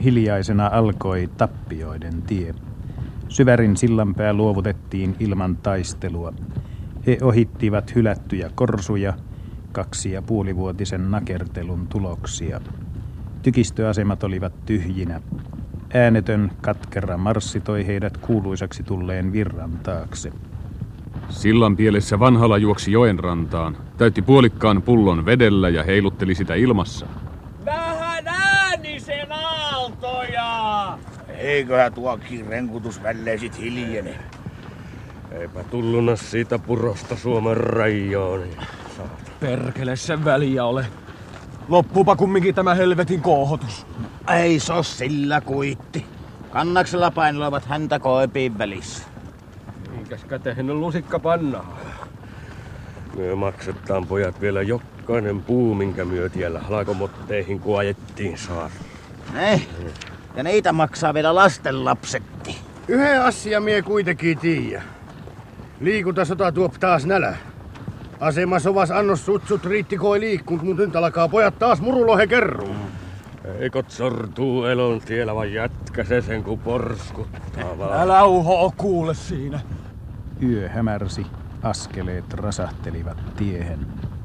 Hiljaisena alkoi tappioiden tie. Syvärin sillanpää luovutettiin ilman taistelua. He ohittivat hylättyjä korsuja, 2,5-vuotisen nakertelun tuloksia. Tykistöasemat olivat tyhjinä. Äänetön, katkera marssi toi heidät kuuluisaksi tulleen virran taakse. Sillan pielessä vanhala juoksi joen rantaan, täytti puolikkaan pullon vedellä ja heilutteli sitä ilmassa. Vähän äänisen aaltoja! Eiköhän tuokin renkutus välleen sit hiljene. Eipä tulluna siitä purosta Suomen rajoon. Perkele sen väliä ole. Loppuupa kumminkin tämä helvetin koohotus. Ei se oo sillä kuitti. Kannaksella painelevat häntä koipiin välissä. Minkäs kätehen lusikka pannaan? Me maksetaan pojat vielä jokainen puu, minkä myö tiellä halkomotteihin kun ajettiin saada. Ja niitä maksaa vielä lastenlapsetti. Yhden asian mie kuitenkin tiiä. Liikuntasota tuop taas nälä. Asemas ovas annos sutsut riittikoi liikkunt, mut nyt alkaa pojat taas murulohe kerruun. Eikot sortuu elon tiellä, vaan jätkä se sen ku porskuttaa vaan. Älä uho kuule siinä. Yö hämärsi, askeleet rasahtelivat tiehen.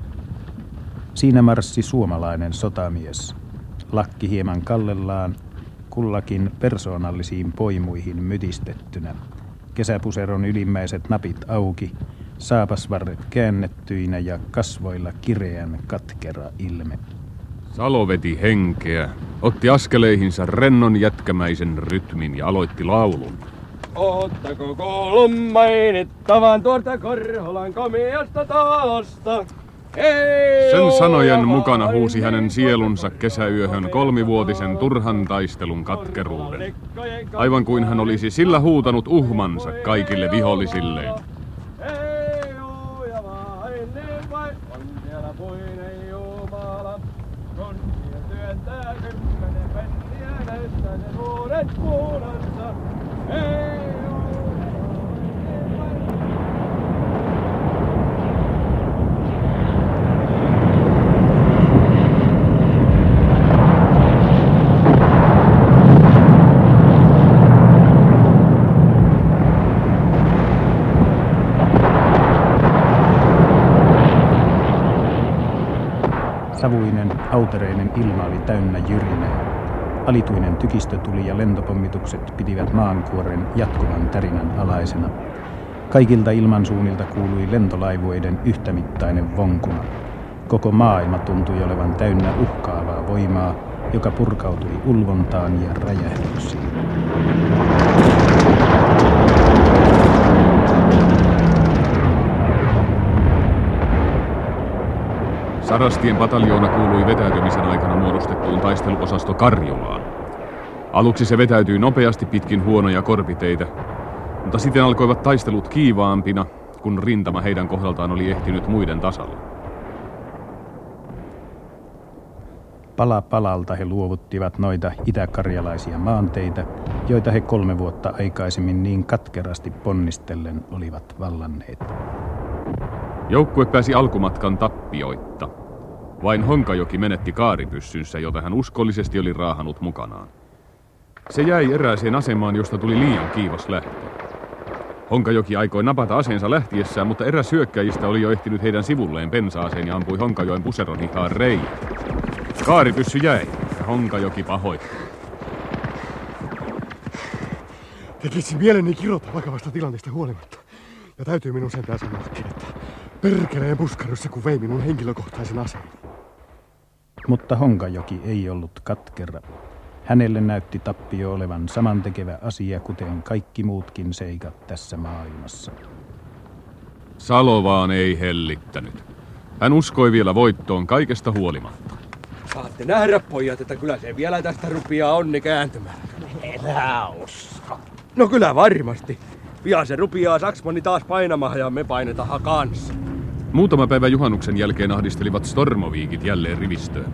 Siinä marssi suomalainen sotamies. Lakki hieman kallellaan, kullakin persoonallisiin poimuihin mytistettynä. Kesäpuseron ylimmäiset napit auki, saapasvarret käännettyinä ja kasvoilla kireän katkera ilme. Salo veti henkeä, otti askeleihinsa rennon jätkämäisen rytmin ja aloitti laulun. Oottako kuulun mainittavan tuorta Korholan komiasta talosta? Sen sanojen mukana huusi hänen sielunsa kesäyöhön 3-vuotisen turhan taistelun katkeruuden. Aivan kuin hän olisi sillä huutanut uhmansa kaikille vihollisilleen. Savuinen, autereinen ilma oli täynnä jyrinää. Alituinen tykistötuli ja lentopommitukset pitivät maankuoren jatkuvan tärinän alaisena. Kaikilta ilmansuunnilta kuului lentolaivueiden yhtämittainen vonkuma. Koko maailma tuntui olevan täynnä uhkaavaa voimaa, joka purkautui ulvontaan ja räjähdyksiin. Sarastien pataljoona kuului vetäytymisen aikana muodostettuun taisteluosasto Karjolaan. Aluksi se vetäytyi nopeasti pitkin huonoja korpiteitä, mutta sitten alkoivat taistelut kiivaampina, kun rintama heidän kohdaltaan oli ehtinyt muiden tasalle. Pala palalta he luovuttivat noita itäkarjalaisia maanteitä, joita he 3 vuotta aikaisemmin niin katkerasti ponnistellen olivat vallanneet. Joukkue pääsi alkumatkan tappioitta. Vain Honkajoki menetti kaaripyssynsä, jota hän uskollisesti oli raahannut mukanaan. Se jäi erääseen asemaan, josta tuli liian kiivas lähtö. Honkajoki aikoi napata aseensa lähtiessään, mutta eräs hyökkäjistä oli jo ehtinyt heidän sivulleen pensaaseen ja ampui Honkajoen puseron hihaan reiän. Kaaripyssy jäi ja Honkajoki pahoittui. Tekisi mieleni kirota vakavasta tilanteesta huolimatta. Ja täytyy minun sentään sanoakin, että perkeleen puskarussa kun vei minun henkilökohtaisen aseen. Mutta Honkajoki ei ollut katkera. Hänelle näytti tappio olevan samantekevä asia, kuten kaikki muutkin seikat tässä maailmassa. Salo vaan ei hellittänyt. Hän uskoi vielä voittoon kaikesta huolimatta. Saatte nähdä, pojat, että kyllä se vielä tästä rupiaa onni kääntymään. Elä usko. No kyllä varmasti. Pian se rupiaa Saksmanni taas painamaan ja me painetaan kanssa. Muutama päivä juhannuksen jälkeen ahdistelivat Stormoviikit jälleen rivistöön.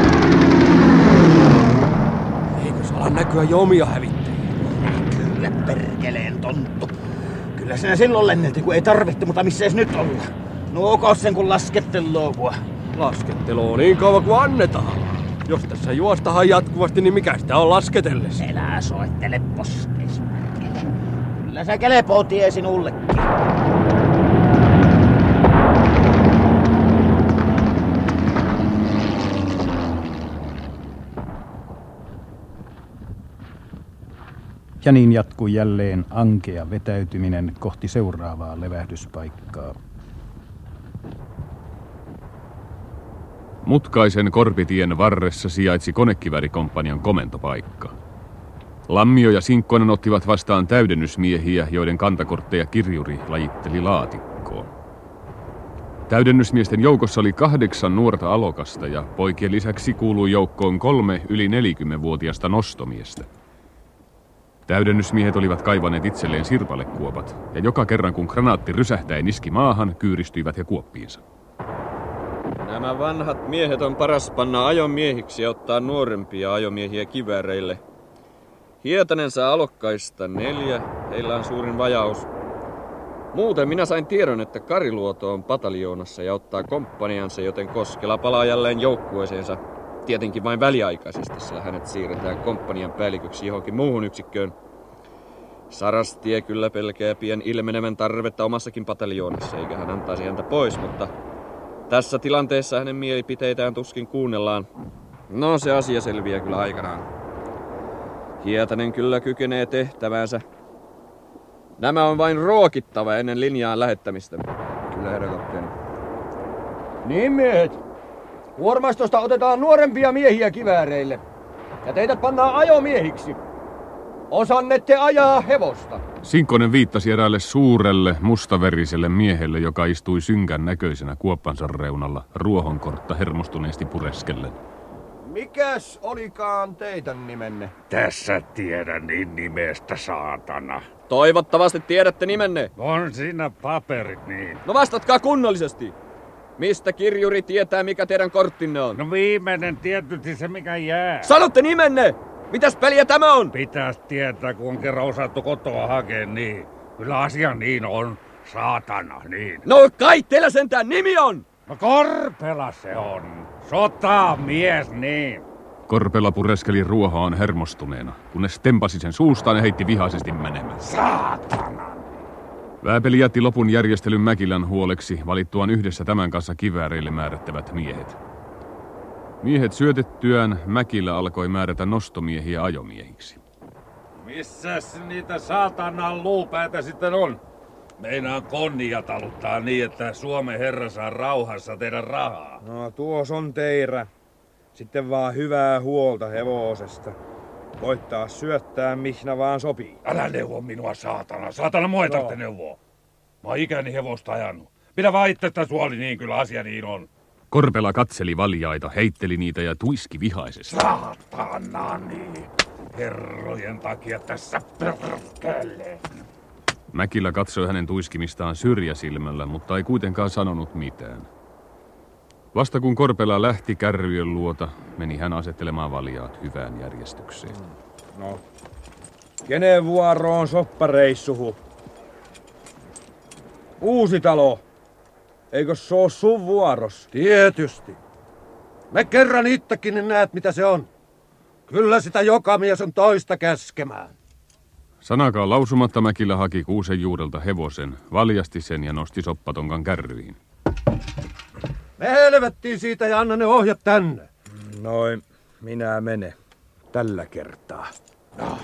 Eikö saa näkyä jo omia hävittäjiä? Kyllä Kyllä sinä silloin lennelti, kun ei tarvittu, mutta missä nyt olla. Nuoko sen kun laskettelua. Laskettelu on niin kauan kuin annetaan. Jos tässä juostahan jatkuvasti, niin mikä sitä on lasketellessa? Elää soittele poskeis. Kyllä se kelepoo tie sinullekin. Ja niin jatkui jälleen ankea vetäytyminen kohti seuraavaa levähdyspaikkaa. Mutkaisen Korpitien varressa sijaitsi konekiväärikomppanian komentopaikka. Lammio ja Sinkkonen ottivat vastaan täydennysmiehiä, joiden kantakortteja kirjuri lajitteli laatikkoon. Täydennysmiesten joukossa oli 8 nuorta alokasta ja poikien lisäksi kuului joukkoon 3 yli 40-vuotiasta nostomiestä. Täydennysmiehet olivat kaivaneet itselleen sirpalekuopat, ja joka kerran kun granaatti rysähtäen iski maahan, kyyristyivät he kuoppiinsa. Nämä vanhat miehet on paras panna ajomiehiksi ja ottaa nuorempia ajomiehiä kivääreille. Hietanen saa alokkaista 4, heillä on suurin vajaus. Muuten minä sain tiedon, että Kariluoto on pataljoonassa ja ottaa komppaniansa, joten Koskela palaa jälleen joukkueeseensa. Tietenkin vain väliaikaisesti, sillä hänet siirretään komppanian päälliköksi johonkin muuhun yksikköön. Sarastie kyllä pelkää pian ilmenevän tarvetta omassakin pataljoonassa, eikä hän antaisi häntä pois, mutta tässä tilanteessa hänen mielipiteitään tuskin kuunnellaan. No, se asia selviää kyllä aikanaan. Hietanen kyllä kykenee tehtäväänsä. Nämä on vain ruokittava ennen linjaan lähettämistä. Kyllä, herra kapteeni. Niin, miehet. Kuormastosta otetaan nuorempia miehiä kivääreille. Ja teidät pannaan ajomiehiksi. Osannette ajaa hevosta. Sinkkonen viittasi eräälle suurelle, mustaveriselle miehelle, joka istui synkän näköisenä kuoppansa reunalla, ruohonkortta hermostuneesti pureskellen. Mikäs olikaan teidän nimenne? Tässä tiedän niin nimestä, saatana. Toivottavasti tiedätte nimenne. On siinä paperit niin. No vastatkaa kunnollisesti. Mistä kirjuri tietää, mikä teidän korttinne on? No viimeinen tietysti se, mikä jää. Sanotte nimenne! Mitäs peliä tämä on? Pitäis tietää, kun on kerran osattu kotoa hakea niin. Kyllä asia niin on, saatana, niin. No kai teillä sentään nimi on! No Korpela se on. Sotamies, niin. Korpela pureskeli ruohoaan hermostuneena, kunnes tempasi sen suustaan ja heitti vihaisesti menemään. Saatana! Vääpeli jätti lopun järjestelyn Mäkilän huoleksi valittuaan yhdessä tämän kanssa kivääreille määrättävät miehet. Miehet syötettyään Mäkilä alkoi määrätä nostomiehiä ajomiehiksi. Missäs niitä saatanan luupäätä sitten on? Meinaan konnia taluttaa niin, että Suomen herra saa rauhassa tehdä rahaa. No, tuos on teirä. Sitten vaan hyvää huolta hevosesta. Koittaa syöttää mihnä vaan sopii. Älä neuvo minua, saatana. Saatana, mua ei tarvitse neuvoa. Mä oon ikäni hevosta ajanut. Pidä vaan itsestä suoli, niin kyllä asia niin on. Korpela katseli valjaita, heitteli niitä ja tuiski vihaisesti. Saatana niin. Herrojen takia tässä perkele. Mäkilä katsoi hänen tuiskimistaan syrjäsilmällä, mutta ei kuitenkaan sanonut mitään. Vasta kun Korpela lähti kärryjen luota, meni hän asettelemaan valjaat hyvään järjestykseen. No, kenen vuoro on soppareissuhu? Uusitalo. Eikö se oo sun vuoros? Tietysti. Me kerran itsekin niin näet mitä se on. Kyllä sitä joka mies on toista käskemään. Sanakaan lausumatta Mäkilä haki kuusen juurelta hevosen, valjasti sen ja nosti soppatonkan kärryihin. Me helvettiin siitä ja anna ne ohjat tänne. Noin, minä mene. Tällä kertaa. No.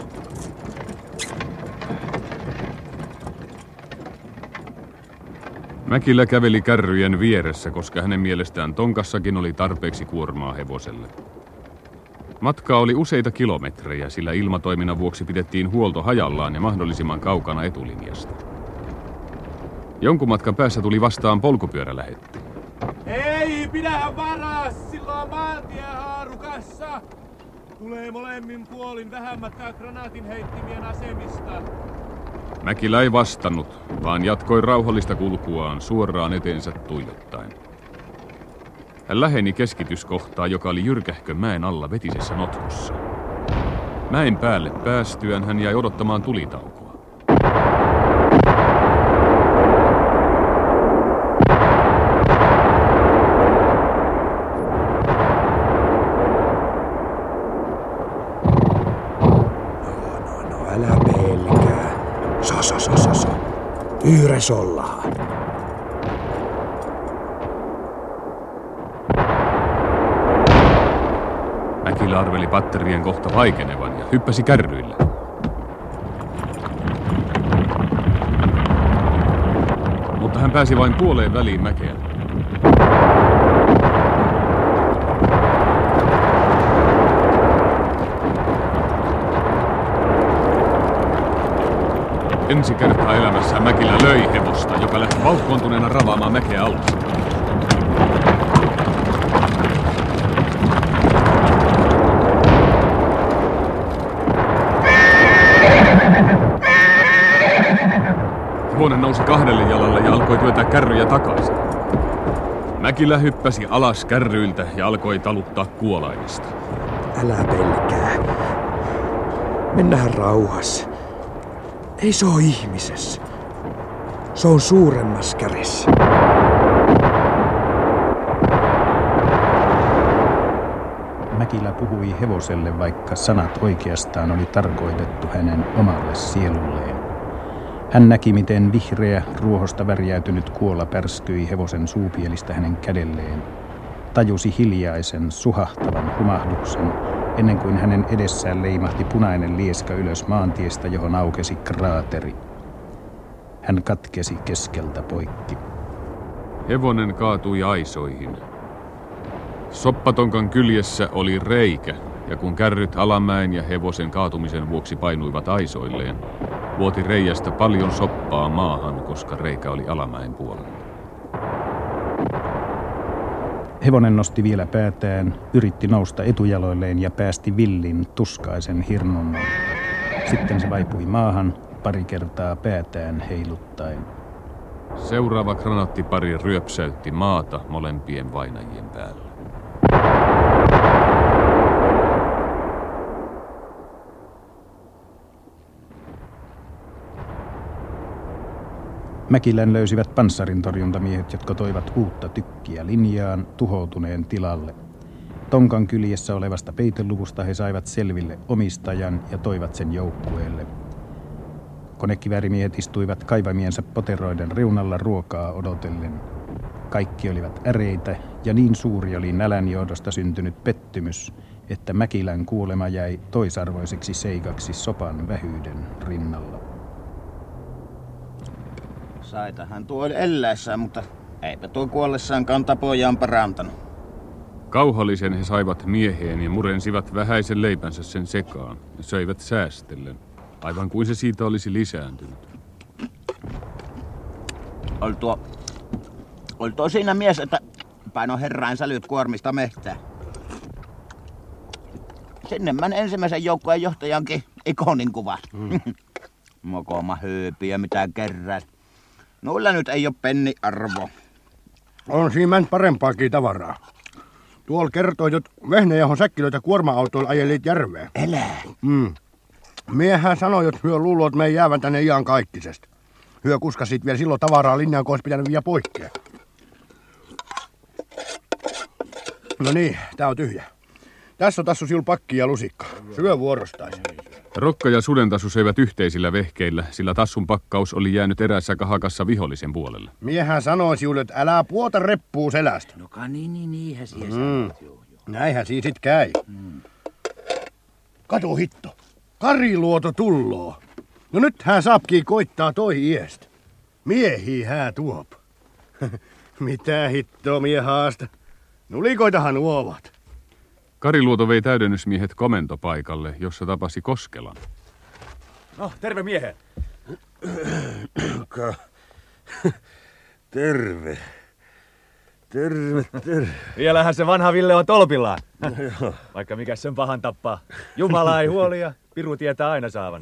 Mäkilä käveli kärryjen vieressä, koska hänen mielestään tonkassakin oli tarpeeksi kuormaa hevoselle. Matka oli useita kilometrejä, sillä ilmatoiminnan vuoksi pidettiin huolto hajallaan ja mahdollisimman kaukana etulinjasta. Jonkun matkan päässä tuli vastaan polkupyörälähetti. Ei, pidähän varas, sillä on maantie haarukassa. Tulee molemmin puolin vähän matkaa granaatin heittimien asemista. Mäkilä ei vastannut, vaan jatkoi rauhallista kulkuaan suoraan eteensä tuijottaen. Hän läheni keskityskohtaa, joka oli jyrkähkön mäen alla vetisessä notkossa. Mäen päälle päästyään hän jäi odottamaan tulitaukoa. Yhdessä ollaan. Mäkilä arveli patterien kohta vaikenevan ja hyppäsi kärryillä. Mutta hän pääsi vain puoleen väliin mäkeä. Ensi kertaa elämässään Mäkilä löi hevosta, joka lähti vauhkoontuneena ravaamaan mäkeä alas. Hevonen nousi 2 jalalle ja alkoi työntää kärryjä takaisin. Mäkilä hyppäsi alas kärryiltä ja alkoi taluttaa kuolaimista. Älä pelkää. Mennään rauhassa. Ei se ole ihmisessä. Se on suuremmassa kädessä. Mäkilä puhui hevoselle, vaikka sanat oikeastaan oli tarkoitettu hänen omalle sielulleen. Hän näki, miten vihreä, ruohosta värjäytynyt kuola pärskyi hevosen suupielistä hänen kädelleen. Tajusi hiljaisen, suhahtavan humahduksen, ennen kuin hänen edessään leimahti punainen lieska ylös maantiestä, johon aukesi kraateri. Hän katkesi keskeltä poikki. Hevonen kaatui aisoihin. Soppatonkan kyljessä oli reikä, ja kun kärryt alamäen ja hevosen kaatumisen vuoksi painuivat aisoilleen, vuoti reiästä paljon soppaa maahan, koska reikä oli alamäen puolella. Hevonen nosti vielä päätään, yritti nousta etujaloilleen ja päästi villin, tuskaisen hirnunnon. Sitten se vaipui maahan, pari kertaa päätään heiluttaen. Seuraava granaattipari ryöpsäytti maata molempien vainajien päällä. Mäkilän löysivät panssarintorjuntamiehet, jotka toivat uutta tykkiä linjaan tuhoutuneen tilalle. Tonkan kyljessä olevasta peiteluvusta he saivat selville omistajan ja toivat sen joukkueelle. Konekiväärimiehet istuivat kaivamiensa poteroiden reunalla ruokaa odotellen. Kaikki olivat äreitä ja niin suuri oli nälän johdosta syntynyt pettymys, että Mäkilän kuolema jäi toisarvoiseksi seikaksi sopan vähyyden rinnalla. Saitahan tuo eläessään, mutta eipä tuo kuollessaankaan tapojaan parantanut. Kauhallisen he saivat mieheen ja murensivat vähäisen leipänsä sen sekaan ja söivät säästellen, aivan kuin se siitä olisi lisääntynyt. Oli tuo siinä mies, että paino herrain sälyt kuormista mehtää. Sinne män ensimmäisen joukkueen johtajankin ikonin kuvat. Mokoma höypiä mitä kerran. Noilla nyt ei ole penni arvo. On siinä mennyt parempaakin tavaraa. Tuolla kertoi, että vehnäjauhon säkkilöitä kuorma-autoilla ajelit järveen. Elää. Miehän sanoi, että hyö luuluu, että me ei jäävän tänne ihan kaikkisesta. Hyö kuskasit vielä silloin tavaraa linjaan, kun olisi pitänyt viedä poikkea. No niin, tää on tyhjä. Tässä on tassu sinulla pakki ja lusikka. Syö vuorostais. Rokka ja Sudentassu söivät yhteisillä vehkeillä, sillä tassun pakkaus oli jäänyt eräässä kahakassa vihollisen puolelle. Miehän sanoi sinulle, että älä puota reppuu selästä. No niinhän siihen sanot. Näinhän siinä sit käy. Kato hitto. Kariluoto tulloo. No nyt hän saapkii koittaa toi iestä. Miehi hää tuop. Mitä hittoa mie haasta? Nulikoitahan uovat. Kariluoto vei täydennysmiehet komentopaikalle, jossa tapasi Koskelan. No, terve miehet. Terve. Terve. Vielähän se vanha Ville on tolpillaan. Vaikka mikä sen pahan tappaa. Jumala ei huoli ja piru tietää aina saavan.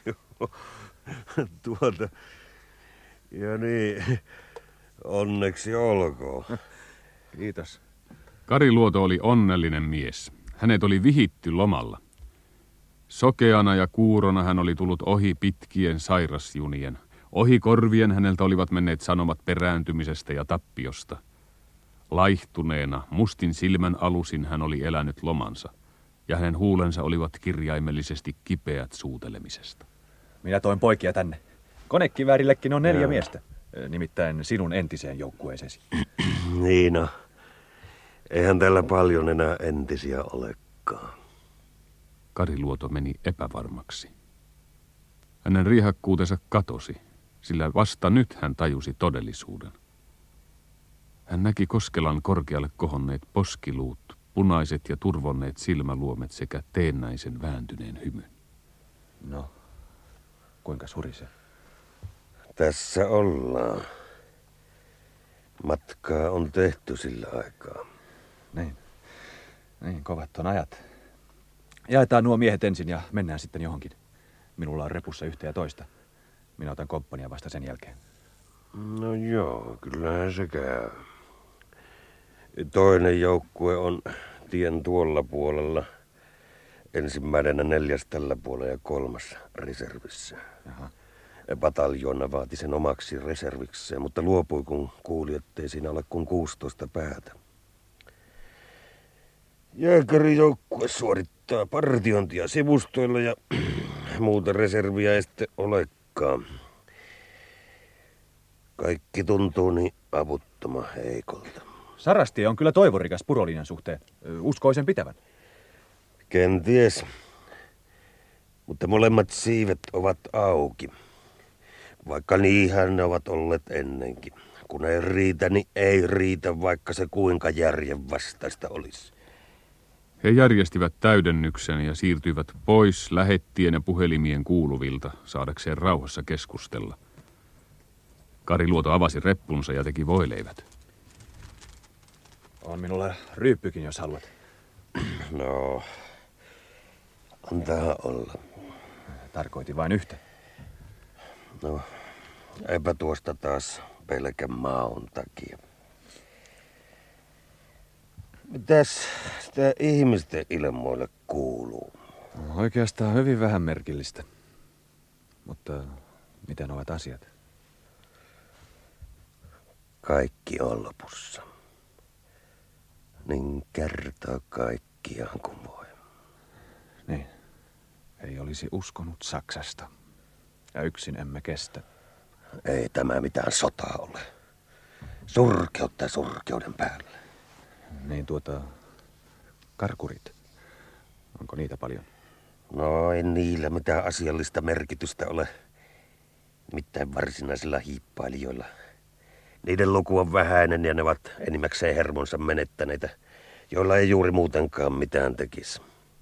Ja niin, onneksi olkoon. Kiitos. Kariluoto oli onnellinen mies. Hänet oli vihitty lomalla. Sokeana ja kuurona hän oli tullut ohi pitkien sairasjunien. Ohi korvien häneltä olivat menneet sanomat perääntymisestä ja tappiosta. Laihtuneena, mustin silmän alusin hän oli elänyt lomansa, ja hänen huulensa olivat kirjaimellisesti kipeät suutelemisesta. Minä toin poikia tänne. Konekiväärillekin on 4 miestä. Nimittäin sinun entiseen joukkueeseesi. Niin no. Eihän tällä paljon enää entisiä olekaan. Kari Luoto meni epävarmaksi. Hänen riehakkuutensa katosi, sillä vasta nyt hän tajusi todellisuuden. Hän näki Koskelan korkealle kohonneet poskiluut, punaiset ja turvonneet silmäluomet sekä teennäisen vääntyneen hymyn. No, kuinka surisee? Tässä ollaan. Matkaa on tehty sillä aikaa. Niin, kovat on ajat. Jaetaan nuo miehet ensin ja mennään sitten johonkin. Minulla on repussa 1 ja 2. Minä otan komppania vasta sen jälkeen. No joo, kyllähän se käy. Toinen joukkue on tien tuolla puolella. Ensimmäisenä 4 tällä puolella ja 3 reservissä. Jaha. Pataljoona vaati sen omaksi reservikseen, mutta luopui, kun kuuli, ettei siinä ole kuin 16 päätä. Jääkärijoukkue suorittaa partiointia sivustoilla ja muuta reserviä ei sitten olekaan. Kaikki tuntuu niin avuttoman heikolta. Sarastie on kyllä toivorikas Purolinjan suhteen. Uskoisen pitävän. Kenties. Mutta molemmat siivet ovat auki. Vaikka niinhän ne ovat olleet ennenkin. Kun ei riitä, niin ei riitä, vaikka se kuinka järjenvastaista olisi. He järjestivät täydennyksen ja siirtyivät pois lähettien ja puhelimien kuuluvilta saadakseen rauhassa keskustella. Kari Luoto avasi reppunsa ja teki voileivät. On minulla ryyppykin, jos haluat. No, antaa olla. Tarkoitin vain yhtä. No, eipä tuosta taas pelkän maun takia. Mitäs sitä ihmisten ilmoille kuuluu? Oikeastaan hyvin vähän merkillistä. Mutta miten ovat asiat? Kaikki on lopussa. Niin kertaa kaikkiaan kuin voi. Niin. Ei olisi uskonut Saksasta. Ja yksin emme kestä. Ei tämä mitään sotaa ole. Surkeutta surkeuden päälle. Niin karkurit. Onko niitä paljon? No ei niillä mitään asiallista merkitystä ole. Mitään varsinaisilla hiippailijoilla. Niiden luku on vähäinen ja ne ovat enimmäkseen hermonsa menettäneitä, joilla ei juuri muutenkaan mitään tekisi.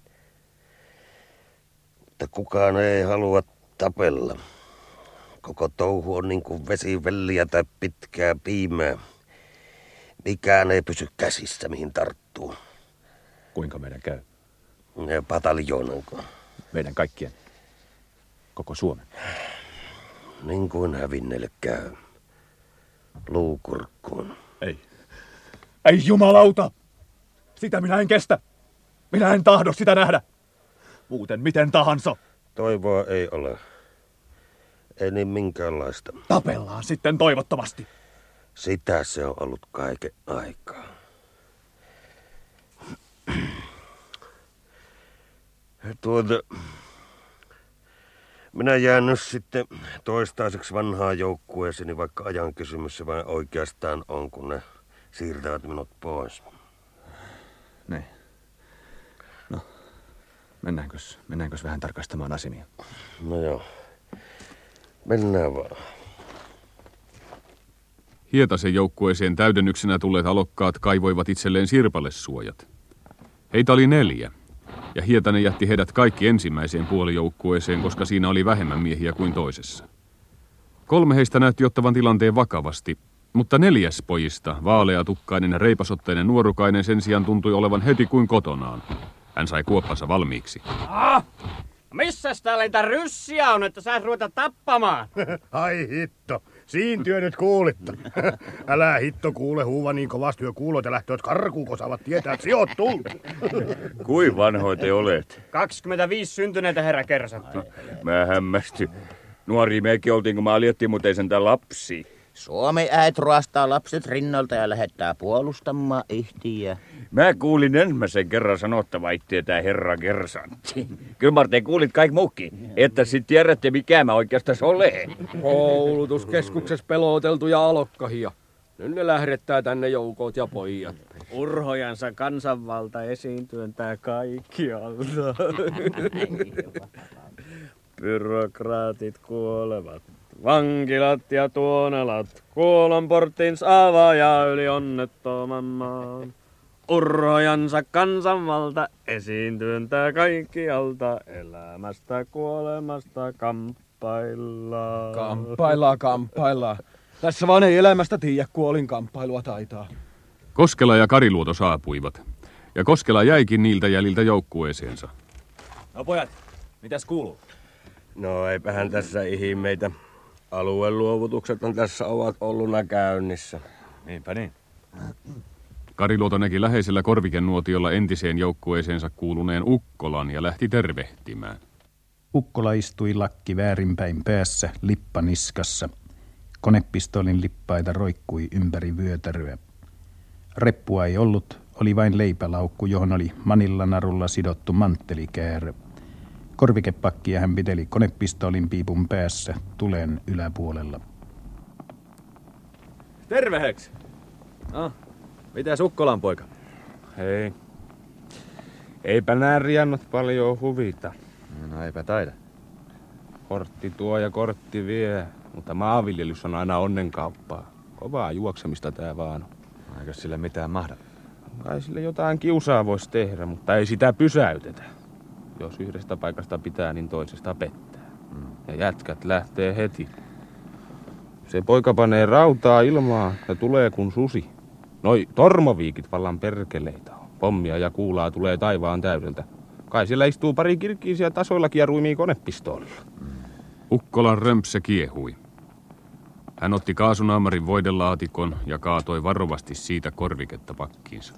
Mutta kukaan ei halua tapella. Koko touhu on niin kuin vesivelliä tai pitkää piimää. Mikään ei pysy käsissä, mihin tarttuu. Kuinka meidän käy? Pataljoonanko? Meidän kaikkien. Koko Suomen. Niin kuin hävinneille käy. Luukurkkuun. Ei jumalauta! Sitä minä en kestä. Minä en tahdo sitä nähdä. Muuten miten tahansa. Toivoa ei ole. Ei niin minkäänlaista. Tapellaan sitten toivottomasti. Sitä se on ollut kaiken aikaa. Minä jään nyt sitten toistaiseksi vanhaan joukkueeseeni, vaikka ajan kysymys se vain oikeastaan on, kun ne siirtävät minut pois. Niin. No, mennäänkös vähän tarkastamaan asemia? No joo. Mennään vaan. Hietasen joukkueeseen täydennyksenä tulleet alokkaat kaivoivat itselleen sirpalesuojat. Heitä oli 4, ja Hietanen jätti heidät kaikki ensimmäiseen puolijoukkueeseen, koska siinä oli vähemmän miehiä kuin toisessa. 3 heistä näytti ottavan tilanteen vakavasti, mutta 4 pojista, vaaleatukkainen ja reipasotteinen nuorukainen, sen sijaan tuntui olevan heti kuin kotonaan. Hän sai kuoppansa valmiiksi. Missäs täällä niitä ryssiä on, että sä ruveta tappamaan? Ai hitto, siinä työ nyt kuulitta. Älä hitto kuule huuva niin kovasti, kuuloit ja lähtööt karkuun, kun saavat tietää, että sijoit tullut. Kuin vanhoit te olet? 25 syntyneitä, herra kersatti. Mä hämmästyn. Nuori mekin oltiin, kun mä aliettiin, mutta ei sentään lapsia. Suomi äit ruostaa lapset rinnalta ja lähettää puolustamaan ihtiä. Mä kuulin ensimmäisen kerran sanottava itseä herra kersantti. Kyllä Marte kuulit kaikki muukin, että sit tiedätte mikä mä oikeastaan olen. Koulutuskeskuksessa peloteltuja alokkahia. Nyt ne lähdettää tänne joukot ja pojat. Urhojansa kansanvalta esiin työntää kaikkialta. Byrokraatit kuolevat, vankilat ja tuonelat, kuolonporttinsa avaaja yli onnettoman maan. Urhojansa kansanvalta esiin työntää kaikkialta, elämästä kuolemasta kamppaillaan. Kamppaillaan. Tässä vaan ei elämästä tiedä, kuolin kamppailua taitaa. Koskela ja Kariluoto saapuivat, ja Koskela jäikin niiltä jäljiltä joukkueeseensa. No pojat, mitäs kuuluu? No eipähän tässä ihmeitä. Alueluovutukset on tässä ovat olluna käynnissä. Niinpä niin. Kariluoto näki läheisellä korvikenuotiolla entiseen joukkueeseensa kuuluneen Ukkolan ja lähti tervehtimään. Ukkola istui lakki väärinpäin päässä, lippa niskassa. Konepistolin lippaita roikkui ympäri vyötäröä. Reppua ei ollut, oli vain leipälaukku, johon oli manillanarulla sidottu manttelikäärö. Korvikepakkia hän piteli konepistolin piipun päässä, tulen yläpuolella. Terve, Heks! No, mitäs Ukkolan poika? Hei. Eipä nää riannot paljon huvita. No eipä taida. Kortti tuo ja kortti vie, mutta maanviljelys on aina onnenkauppaa. Kovaa juoksemista tää vaan on. Eikö sille mitään mahda? Kai sille jotain kiusaa voisi tehdä, mutta ei sitä pysäytetä. Jos yhdestä paikasta pitää, niin toisesta pettää. Ja jätkät lähtee heti. Se poika panee rautaa ilmaan ja tulee kun susi. Noi tormoviikit vallan perkeleitä on. Pommia ja kuulaa tulee taivaan täydeltä. Kai siellä istuu pari kirkkiisiä tasoillakin ja ruimii konepistoolilla. Ukkolan römpsä kiehui. Hän otti kaasunaamarin voidelaatikon ja kaatoi varovasti siitä korviketta pakkiinsa.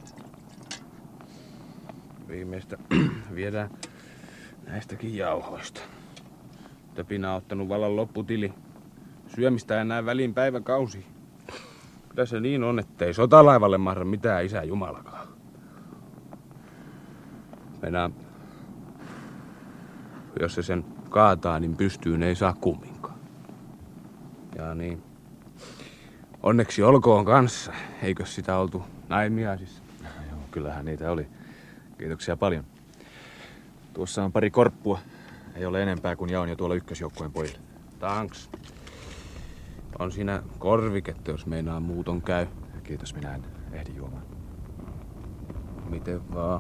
Viimeistä viedään näistäkin jauhoista. Töpinä on ottanut vallan lopputili. Syömistä enää väliin päiväkausi. Kyllä se niin on, ettei sotalaivalle mahda mitään isä jumalakaan. Mennään. Jos se sen kaataa, niin pystyyn ei saa kumminkaan. Ja niin. Onneksi olkoon kanssa. Eikö sitä oltu naimiaisissa? Joo, kyllähän niitä oli. Kiitoksia paljon. Tuossa on pari korppua. Ei ole enempää kuin jaon jo tuolla ykkösjoukkueen pojille. Thanks. On siinä korviketta, jos meinaa muuton käy. Kiitos, minä en ehdi juomaan. Miten vaan.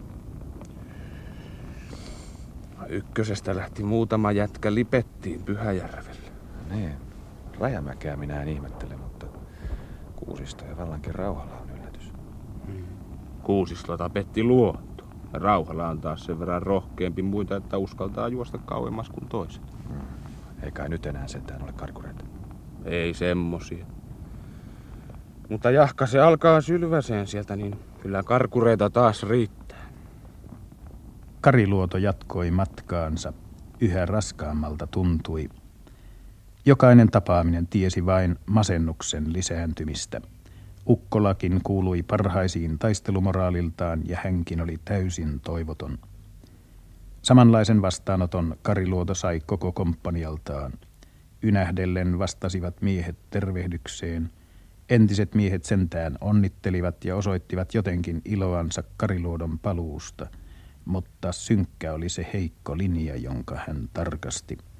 Ykkösestä lähti muutama jätkä Lipettiin Pyhäjärvelle. Niin. Rajamäkeä minä en ihmettele, mutta Kuusisto ja vallankin Rauhala on yllätys. Kuusisto tapetti Luonto. Ja Rauhala on taas sen verran rohkeampi muita, että uskaltaa juosta kauemmas kuin toiset. Eikä nyt enää sentään ole karkureita. Ei semmosia. Mutta jahka se alkaa sylväseen sieltä, niin kyllä karkureita taas riittää. Kariluoto jatkoi matkaansa. Yhä raskaammalta tuntui. Jokainen tapaaminen tiesi vain masennuksen lisääntymistä. Ukkolakin kuului parhaisiin taistelumoraaliltaan ja hänkin oli täysin toivoton. Samanlaisen vastaanoton Kariluoto sai koko komppanialtaan. Ynähdellen vastasivat miehet tervehdykseen. Entiset miehet sentään onnittelivat ja osoittivat jotenkin iloansa Kariluodon paluusta, mutta synkkä oli se heikko linja, jonka hän tarkasti.